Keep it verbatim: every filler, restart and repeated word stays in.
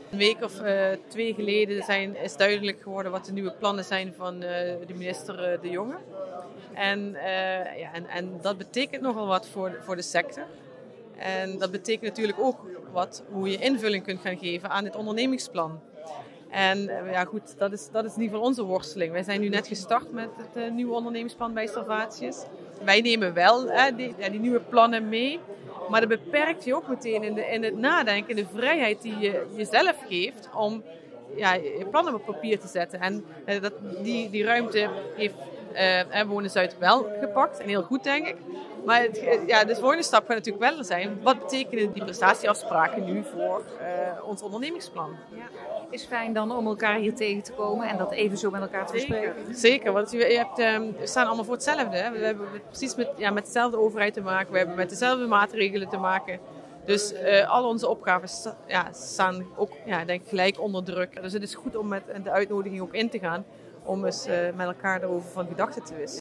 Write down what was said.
Een week of uh, twee geleden zijn, is duidelijk geworden wat de nieuwe plannen zijn van uh, de minister uh, De Jonge. En, uh, ja, en, en dat betekent nogal wat voor, voor de sector. En dat betekent natuurlijk ook wat, hoe je invulling kunt gaan geven aan dit ondernemingsplan. En uh, ja goed, dat is, dat is in ieder geval onze worsteling. Wij zijn nu net gestart met het uh, nieuwe ondernemingsplan bij Salvatius. Wij nemen wel uh, die, ja, die nieuwe plannen mee. Maar dat beperkt je ook meteen in, de, in het nadenken, in de vrijheid die je jezelf geeft om ja, je plannen op papier te zetten. En uh, dat, die, die ruimte heeft uh, Wonen Zuid wel gepakt. En heel goed, denk ik. Maar het, ja, de volgende stap gaat natuurlijk wel zijn. Wat betekenen die prestatieafspraken nu voor uh, ons ondernemingsplan? Ja. Is fijn dan om elkaar hier tegen te komen en dat even zo met elkaar te bespreken? Zeker, Zeker want je, je hebt, um, we staan allemaal voor hetzelfde. Hè? We hebben precies met, ja, met dezelfde overheid te maken. We hebben met dezelfde maatregelen te maken. Dus uh, al onze opgaven sta, ja, staan ook ja, denk ik, gelijk onder druk. Dus het is goed om met de uitnodiging ook in te gaan. Om eens uh, met elkaar erover van gedachten te wisselen.